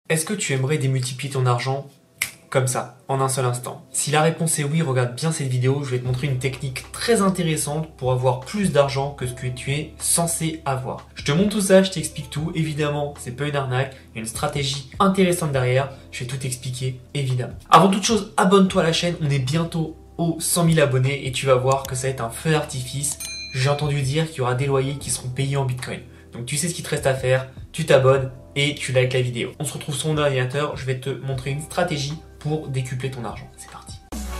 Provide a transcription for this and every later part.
Est-ce que tu aimerais démultiplier ton argent comme ça, en un seul instant? Si la réponse est oui, regarde bien cette vidéo, je vais te montrer une technique très intéressante pour avoir plus d'argent que ce que tu es censé avoir. Je te montre tout ça, je t'explique tout, évidemment, c'est pas une arnaque, il y a une stratégie intéressante derrière, je vais tout expliquer, évidemment. Avant toute chose, abonne-toi à la chaîne, on est bientôt aux 100 000 abonnés et tu vas voir que ça va être un feu d'artifice. J'ai entendu dire qu'il y aura des loyers qui seront payés en Bitcoin. Donc tu sais ce qu'il te reste à faire, tu t'abonnes et tu likes la vidéo. On se retrouve sur mon ordinateur, je vais te montrer une stratégie pour décupler ton argent. C'est parti.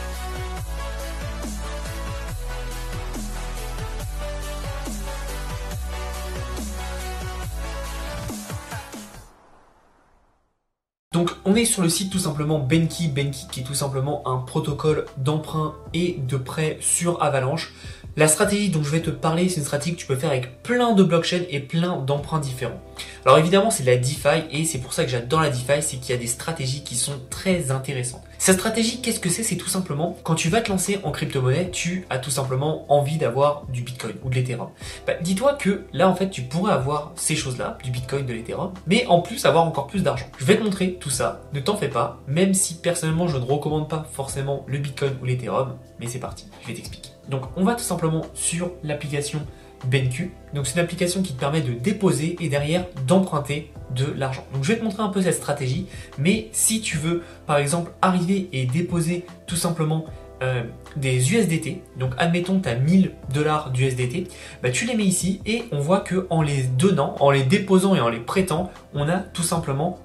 Donc on est sur le site tout simplement Benki, qui est tout simplement un protocole d'emprunt et de prêt sur Avalanche. La stratégie dont je vais te parler, c'est une stratégie que tu peux faire avec plein de blockchains et plein d'emprunts différents. Alors évidemment c'est de la DeFi et c'est pour ça que j'adore la DeFi, c'est qu'il y a des stratégies qui sont très intéressantes. Cette stratégie, qu'est-ce que c'est? C'est tout simplement quand tu vas te lancer en crypto-monnaie, tu as tout simplement envie d'avoir du Bitcoin ou de l'Ethereum. Dis-toi que là en fait tu pourrais avoir ces choses-là, du Bitcoin, de l'Ethereum, mais en plus avoir encore plus d'argent. Je vais te montrer tout ça, ne t'en fais pas, même si personnellement je ne recommande pas forcément le Bitcoin ou l'Ethereum, mais c'est parti, je vais t'expliquer. Donc on va tout simplement sur l'application BenQ. Donc c'est une application qui te permet de déposer et derrière d'emprunter de l'argent. Donc je vais te montrer un peu cette stratégie, mais si tu veux par exemple arriver et déposer tout simplement des USDT, donc admettons que tu as 1000 $ d'USDT, tu les mets ici et on voit que en les donnant, en les déposant et en les prêtant, on a tout simplement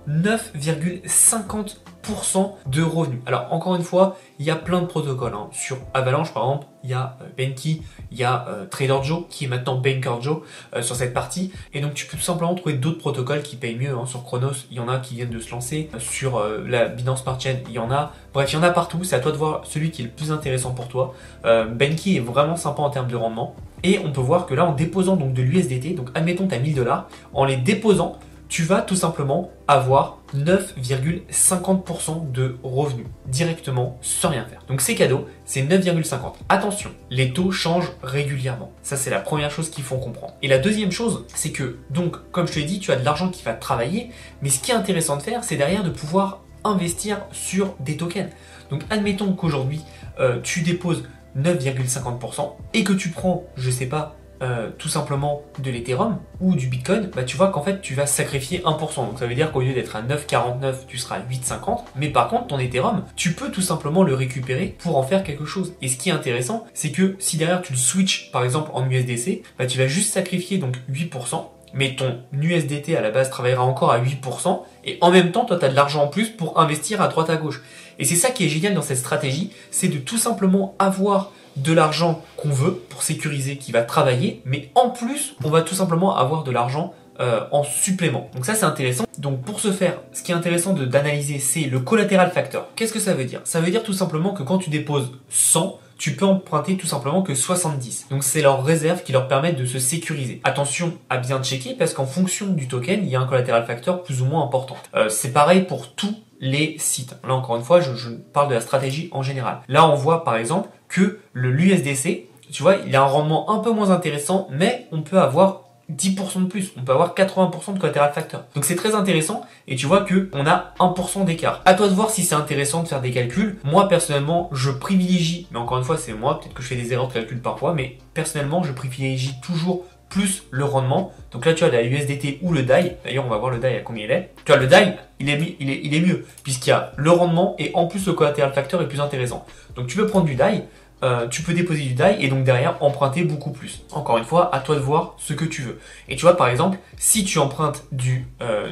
9,50% de revenus. Alors encore une fois, il y a plein de protocoles. Sur Avalanche par exemple, il y a Benki, il y a TraderJoe qui est maintenant BankerJoe sur cette partie. Et donc tu peux tout simplement trouver d'autres protocoles qui payent mieux. Sur Chronos, il y en a qui viennent de se lancer. Sur la Binance Smart Chain, il y en a. Bref, il y en a partout. C'est à toi de voir celui qui est le plus intéressant pour toi. Benki est vraiment sympa en termes de rendement. Et on peut voir que là, en déposant donc de l'USDT, donc admettons tu as 1000 $, en les déposant, tu vas tout simplement avoir 9,50% de revenus directement sans rien faire. Donc c'est cadeau, c'est 9,50. Attention, les taux changent régulièrement. Ça c'est la première chose qu'il faut comprendre. Et la deuxième chose, c'est que donc comme je te l'ai dit, tu as de l'argent qui va travailler, mais ce qui est intéressant de faire, c'est derrière de pouvoir investir sur des tokens. Donc admettons qu'aujourd'hui tu déposes 9,50% et que tu prends, je sais pas, tout simplement de l'Ethereum ou du Bitcoin, tu vois qu'en fait tu vas sacrifier 1%. Donc ça veut dire qu'au lieu d'être à 9,49, tu seras à 8,50. Mais par contre, ton Ethereum, tu peux tout simplement le récupérer pour en faire quelque chose. Et ce qui est intéressant, c'est que si derrière tu le switches par exemple en USDC, tu vas juste sacrifier donc 8%. Mais ton USDT à la base travaillera encore à 8% et en même temps, toi, tu as de l'argent en plus pour investir à droite à gauche. Et c'est ça qui est génial dans cette stratégie, c'est de tout simplement avoir de l'argent qu'on veut pour sécuriser, qui va travailler, mais en plus, on va tout simplement avoir de l'argent en supplément. Donc ça, c'est intéressant. Donc pour ce faire, ce qui est intéressant d'analyser, c'est le collateral factor. Qu'est-ce que ça veut dire? Ça veut dire tout simplement que quand tu déposes 100, tu peux emprunter tout simplement que 70. Donc c'est leur réserve qui leur permet de se sécuriser. Attention à bien checker parce qu'en fonction du token, il y a un collateral factor plus ou moins important. C'est pareil pour tous les sites. Là encore une fois, je parle de la stratégie en général. Là on voit par exemple que l'USDC, tu vois, il a un rendement un peu moins intéressant, mais on peut avoir 10% de plus, on peut avoir 80% de collateral factor. Donc c'est très intéressant et tu vois que on a 1% d'écart. À toi de voir si c'est intéressant de faire des calculs. Moi personnellement, je privilégie, mais encore une fois c'est moi, peut-être que je fais des erreurs de calcul parfois, mais personnellement je privilégie toujours plus le rendement. Donc là tu as la USDT ou le DAI. D'ailleurs on va voir le DAI à combien il est. Tu vois le DAI, il est mieux puisqu'il y a le rendement et en plus le collateral factor est plus intéressant. Donc tu peux prendre du DAI. Tu peux déposer du DAI et donc derrière emprunter beaucoup plus. Encore une fois, à toi de voir ce que tu veux. Et tu vois par exemple, si tu empruntes du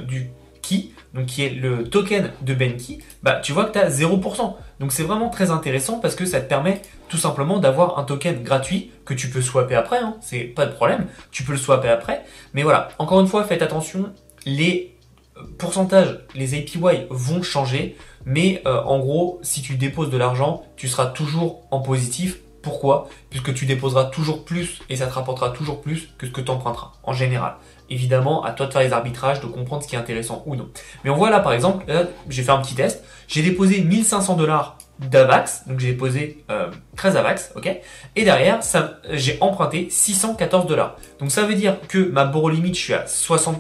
Ki, donc qui est le token de Benki, tu vois que tu as 0%. Donc c'est vraiment très intéressant parce que ça te permet tout simplement d'avoir un token gratuit que tu peux swapper après, c'est pas de problème, tu peux le swapper après. Mais voilà, encore une fois, faites attention, les pourcentages, les APY vont changer, mais en gros, si tu déposes de l'argent, tu seras toujours en positif. Pourquoi? Puisque tu déposeras toujours plus et ça te rapportera toujours plus que ce que tu emprunteras, en général. Évidemment, à toi de faire les arbitrages, de comprendre ce qui est intéressant ou non. Mais on voit là, par exemple, là, j'ai fait un petit test, j'ai déposé 1500 $ d'Avax, donc j'ai déposé 13 Avax, ok, et derrière, j'ai emprunté 614 $. Donc ça veut dire que ma borrow limit, je suis à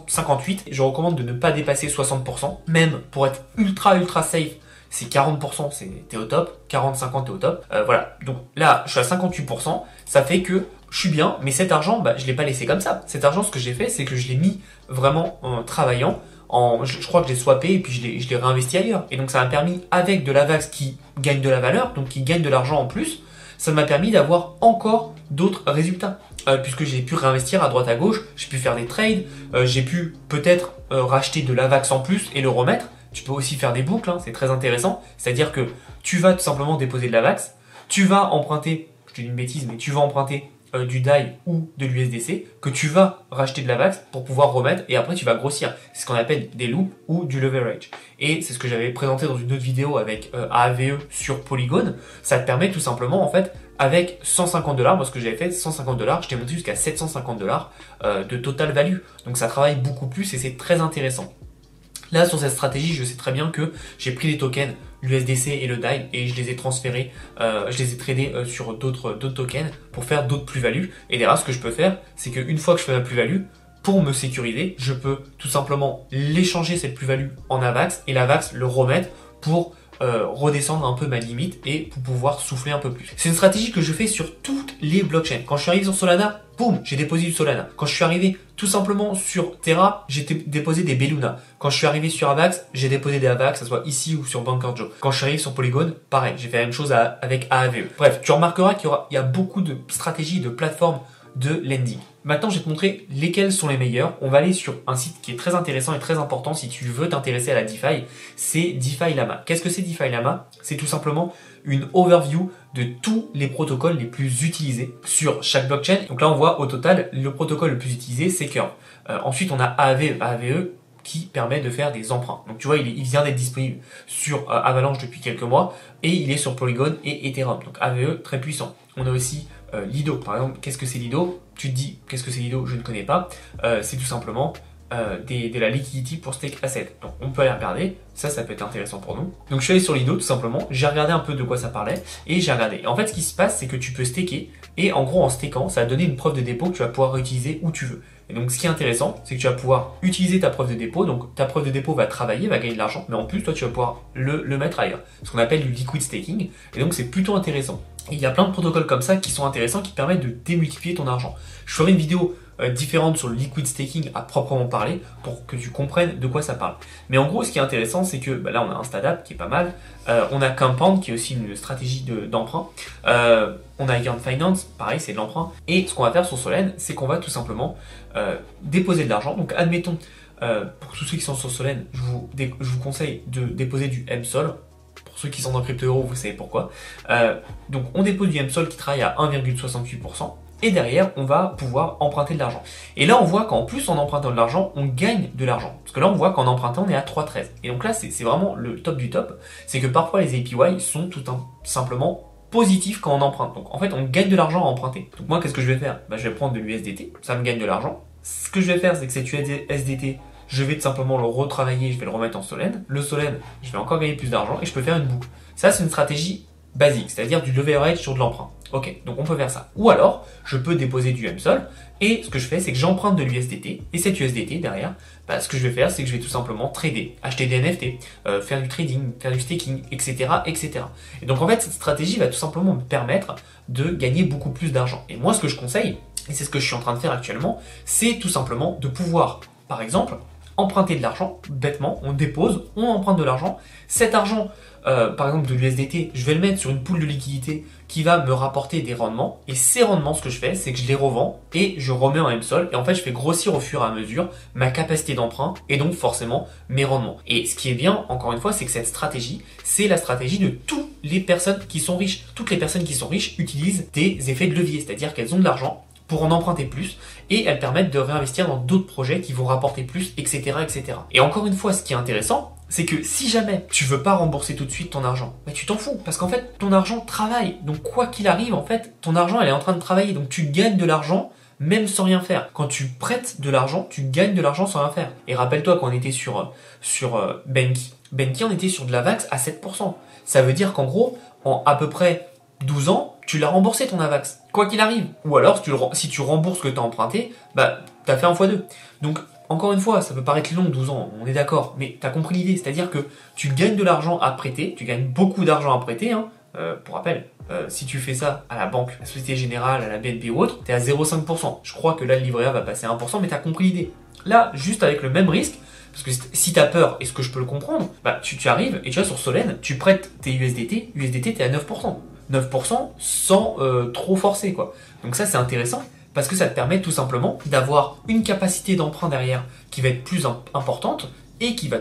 58, je recommande de ne pas dépasser 60%, même pour être ultra safe, c'est 40%, t'es au top, 40-50 t'es au top, voilà, donc là, je suis à 58%, ça fait que je suis bien, mais cet argent, je l'ai pas laissé comme ça. Cet argent, ce que j'ai fait, c'est que je l'ai mis vraiment en travaillant, je crois que je l'ai swappé et puis je l'ai réinvesti ailleurs. Et donc ça m'a permis, avec de l'Avax qui gagne de la valeur, donc qui gagne de l'argent en plus, ça m'a permis d'avoir encore d'autres résultats. Puisque j'ai pu réinvestir à droite à gauche, j'ai pu faire des trades, j'ai pu peut-être racheter de l'Avax en plus et le remettre. Tu peux aussi faire des boucles, hein, c'est très intéressant. C'est-à-dire que tu vas tout simplement déposer de l'Avax, tu vas emprunter, je te dis une bêtise, mais tu vas emprunter du DAI ou de l'USDC que tu vas racheter de l'Avax pour pouvoir remettre et après tu vas grossir. C'est ce qu'on appelle des loops ou du leverage. Et c'est ce que j'avais présenté dans une autre vidéo avec AAVE sur Polygon. Ça te permet tout simplement en fait avec 150 $, moi ce que j'avais fait 150 $, je t'ai monté jusqu'à 750 $ de total value. Donc ça travaille beaucoup plus et c'est très intéressant. Là, sur cette stratégie, je sais très bien que j'ai pris les tokens, l'USDC et le DAI, et je les ai transférés, je les ai tradés sur d'autres tokens pour faire d'autres plus-values. Et derrière, ce que je peux faire, c'est qu'une fois que je fais ma plus-value, pour me sécuriser, je peux tout simplement l'échanger cette plus-value en AVAX et l'AVAX le remettre pour redescendre un peu ma limite et pour pouvoir souffler un peu plus. C'est une stratégie que je fais sur toutes les blockchains. Quand je suis arrivé sur Solana, boum, j'ai déposé du Solana. Quand je suis arrivé tout simplement sur Terra, j'ai déposé des Beluna. Quand je suis arrivé sur Avax, j'ai déposé des Avax, que ce soit ici ou sur BankerJoe. Quand je suis arrivé sur Polygon, pareil, j'ai fait la même chose avec AAVE. Bref, tu remarqueras qu'il y a beaucoup de stratégies, de plateformes de lending. Maintenant, je vais te montrer lesquels sont les meilleurs. On va aller sur un site qui est très intéressant et très important si tu veux t'intéresser à la DeFi. C'est DeFi Lama. Qu'est-ce que c'est DeFi Lama? C'est tout simplement une overview de tous les protocoles les plus utilisés sur chaque blockchain. Donc là, on voit au total, le protocole le plus utilisé, c'est Curve. Ensuite, on a AAVE qui permet de faire des emprunts. Donc tu vois, il vient d'être disponible sur Avalanche depuis quelques mois et il est sur Polygon et Ethereum. Donc AAVE, très puissant. On a aussi Lido, par exemple. Qu'est-ce que c'est Lido? Tu te dis, qu'est-ce que c'est Lido? Je ne connais pas. C'est tout simplement de la liquidity pour stake asset. Donc on peut aller regarder, ça peut être intéressant pour nous. Donc je suis allé sur Lido tout simplement, j'ai regardé un peu de quoi ça parlait et j'ai regardé. Et en fait ce qui se passe c'est que tu peux staker et en gros en stakant ça va donner une preuve de dépôt que tu vas pouvoir réutiliser où tu veux. Et donc ce qui est intéressant c'est que tu vas pouvoir utiliser ta preuve de dépôt, donc ta preuve de dépôt va travailler, va gagner de l'argent, mais en plus toi tu vas pouvoir le mettre ailleurs. Ce qu'on appelle du liquid staking et donc c'est plutôt intéressant. Et il y a plein de protocoles comme ça qui sont intéressants qui permettent de démultiplier ton argent. Je ferai une vidéo différente sur le liquid staking à proprement parler pour que tu comprennes de quoi ça parle. Mais en gros, ce qui est intéressant, c'est que là, on a un Stadapp qui est pas mal. On a Compound qui est aussi une stratégie d'emprunt. On a Yarn Finance, pareil, c'est de l'emprunt. Et ce qu'on va faire sur Solène, c'est qu'on va tout simplement déposer de l'argent. Donc, admettons, pour tous ceux qui sont sur Solène, je vous conseille de déposer du MSOL. Pour ceux qui sont dans Crypto Hero, vous savez pourquoi. Donc, on dépose du MSOL qui travaille à 1,68%. Et derrière, on va pouvoir emprunter de l'argent. Et là, on voit qu'en plus, en empruntant de l'argent, on gagne de l'argent. Parce que là, on voit qu'en empruntant, on est à 3,13. Et donc là, c'est vraiment le top du top. C'est que parfois, les APY sont simplement positifs quand on emprunte. Donc en fait, on gagne de l'argent à emprunter. Donc moi, qu'est-ce que je vais faire? Je vais prendre de l'USDT. Ça me gagne de l'argent. Ce que je vais faire, c'est que cet USDT, je vais tout simplement le retravailler. Je vais le remettre en Solène. Le Solène, je vais encore gagner plus d'argent et je peux faire une boucle. Ça, c'est une stratégie basique, c'est-à-dire du leverage sur de l'emprunt. Ok, donc on peut faire ça. Ou alors, je peux déposer du MSOL, et ce que je fais, c'est que j'emprunte de l'USDT, et cet USDT, derrière, ce que je vais faire, c'est que je vais tout simplement trader, acheter des NFT, faire du trading, faire du staking, etc., etc. Et donc en fait, cette stratégie va tout simplement me permettre de gagner beaucoup plus d'argent. Et moi, ce que je conseille, et c'est ce que je suis en train de faire actuellement, c'est tout simplement de pouvoir, par exemple, emprunter de l'argent, bêtement, on dépose, on emprunte de l'argent. Cet argent, par exemple de l'USDT, je vais le mettre sur une pool de liquidité qui va me rapporter des rendements. Et ces rendements, ce que je fais, c'est que je les revends et je remets en MSOL. Et en fait, je fais grossir au fur et à mesure ma capacité d'emprunt et donc forcément mes rendements. Et ce qui est bien, encore une fois, c'est que cette stratégie, c'est la stratégie de toutes les personnes qui sont riches. Toutes les personnes qui sont riches utilisent des effets de levier, c'est-à-dire qu'elles ont de l'argent pour en emprunter plus et elles permettent de réinvestir dans d'autres projets qui vont rapporter plus, etc., etc. Et encore une fois, ce qui est intéressant, c'est que si jamais tu veux pas rembourser tout de suite ton argent, tu t'en fous parce qu'en fait ton argent travaille. Donc quoi qu'il arrive, en fait, ton argent elle est en train de travailler. Donc tu gagnes de l'argent même sans rien faire. Quand tu prêtes de l'argent, tu gagnes de l'argent sans rien faire. Et rappelle-toi qu'on était sur Benki. Benki, on était sur de la VAX à 7%. Ça veut dire qu'en gros, en à peu près 12 ans, tu l'as remboursé ton Avax, quoi qu'il arrive. Ou alors, si tu rembourses ce que tu as emprunté, bah, tu as fait 1 x 2. Donc, encore une fois, ça peut paraître long, 12 ans, on est d'accord, mais tu as compris l'idée, c'est-à-dire que tu gagnes de l'argent à prêter, tu gagnes beaucoup d'argent à prêter, hein. Pour rappel, si tu fais ça à la banque, à la Société Générale, à la BNP ou autre, tu es à 0,5%. Je crois que là, le livret A va passer à 1%, mais tu as compris l'idée. Là, juste avec le même risque, parce que si tu as peur, et ce que je peux le comprendre, bah, tu arrives et tu vois sur Solène, tu prêtes tes USDT, tu es à 9%. 9% sans trop forcer, quoi. Donc ça, c'est intéressant parce que ça te permet tout simplement d'avoir une capacité d'emprunt derrière qui va être plus importante et qui va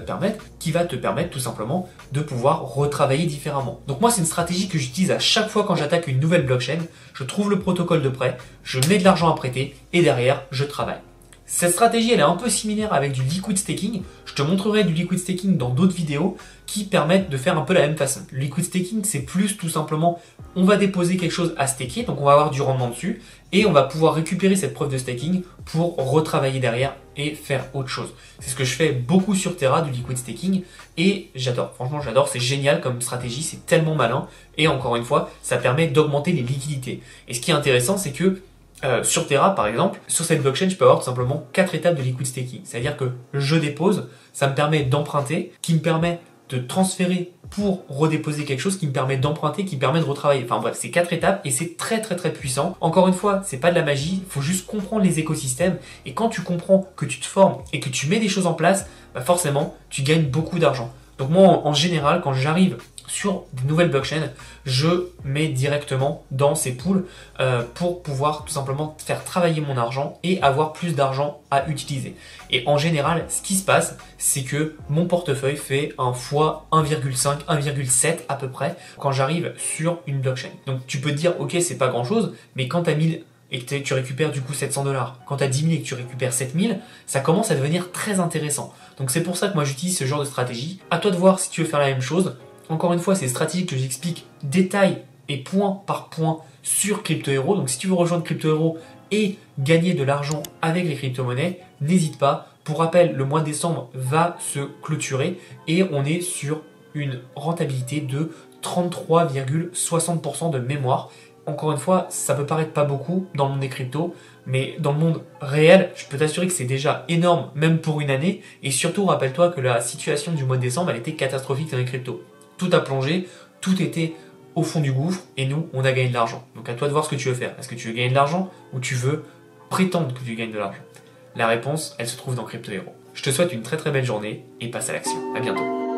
te permettre tout simplement de pouvoir retravailler différemment. Donc moi, c'est une stratégie que j'utilise à chaque fois quand j'attaque une nouvelle blockchain. Je trouve le protocole de prêt, je mets de l'argent à prêter et derrière, je travaille. Cette stratégie, elle est un peu similaire avec du liquid staking. Je te montrerai du liquid staking dans d'autres vidéos qui permettent de faire un peu la même façon. Le liquid staking, c'est plus tout simplement, on va déposer quelque chose à staker, donc on va avoir du rendement dessus, et on va pouvoir récupérer cette preuve de staking pour retravailler derrière et faire autre chose. C'est ce que je fais beaucoup sur Terra, du liquid staking, et j'adore. Franchement, j'adore. C'est génial comme stratégie, c'est tellement malin, et encore une fois, ça permet d'augmenter les liquidités. Et ce qui est intéressant, c'est que sur Terra, par exemple, sur cette blockchain, je peux avoir tout simplement 4 étapes de liquid staking. C'est-à-dire que je dépose, ça me permet d'emprunter, qui me permet de transférer pour redéposer quelque chose, qui me permet d'emprunter, qui me permet de retravailler. Enfin bref, c'est 4 étapes et c'est très très très puissant. Encore une fois, c'est pas de la magie, il faut juste comprendre les écosystèmes. Et quand tu comprends que tu te formes et que tu mets des choses en place, bah forcément, tu gagnes beaucoup d'argent. Donc moi, en général, quand j'arrive sur des nouvelles blockchains, je mets directement dans ces pools pour pouvoir tout simplement faire travailler mon argent et avoir plus d'argent à utiliser. Et en général, ce qui se passe, c'est que mon portefeuille fait un fois 1,5, 1,7 à peu près quand j'arrive sur une blockchain. Donc tu peux te dire, ok, c'est pas grand chose, mais quand tu as 1000 et que tu récupères du coup 700 $, quand tu as 10 000 et que tu récupères 7 000, ça commence à devenir très intéressant. Donc c'est pour ça que moi j'utilise ce genre de stratégie. À toi de voir si tu veux faire la même chose. Encore une fois, c'est des stratégies que j'explique détail et point par point sur Crypto Hero. Donc si tu veux rejoindre Crypto Hero et gagner de l'argent avec les crypto-monnaies, n'hésite pas. Pour rappel, le mois de décembre va se clôturer et on est sur une rentabilité de 33,60% de mémoire. Encore une fois, ça peut paraître pas beaucoup dans le monde des cryptos, mais dans le monde réel, je peux t'assurer que c'est déjà énorme, même pour une année. Et surtout, rappelle-toi que la situation du mois de décembre, elle était catastrophique dans les cryptos. Tout a plongé, tout était au fond du gouffre, et nous, on a gagné de l'argent. Donc à toi de voir ce que tu veux faire. Est-ce que tu veux gagner de l'argent ou tu veux prétendre que tu gagnes de l'argent? La réponse, elle se trouve dans Crypto Hero. Je te souhaite une très très belle journée et passe à l'action. À bientôt.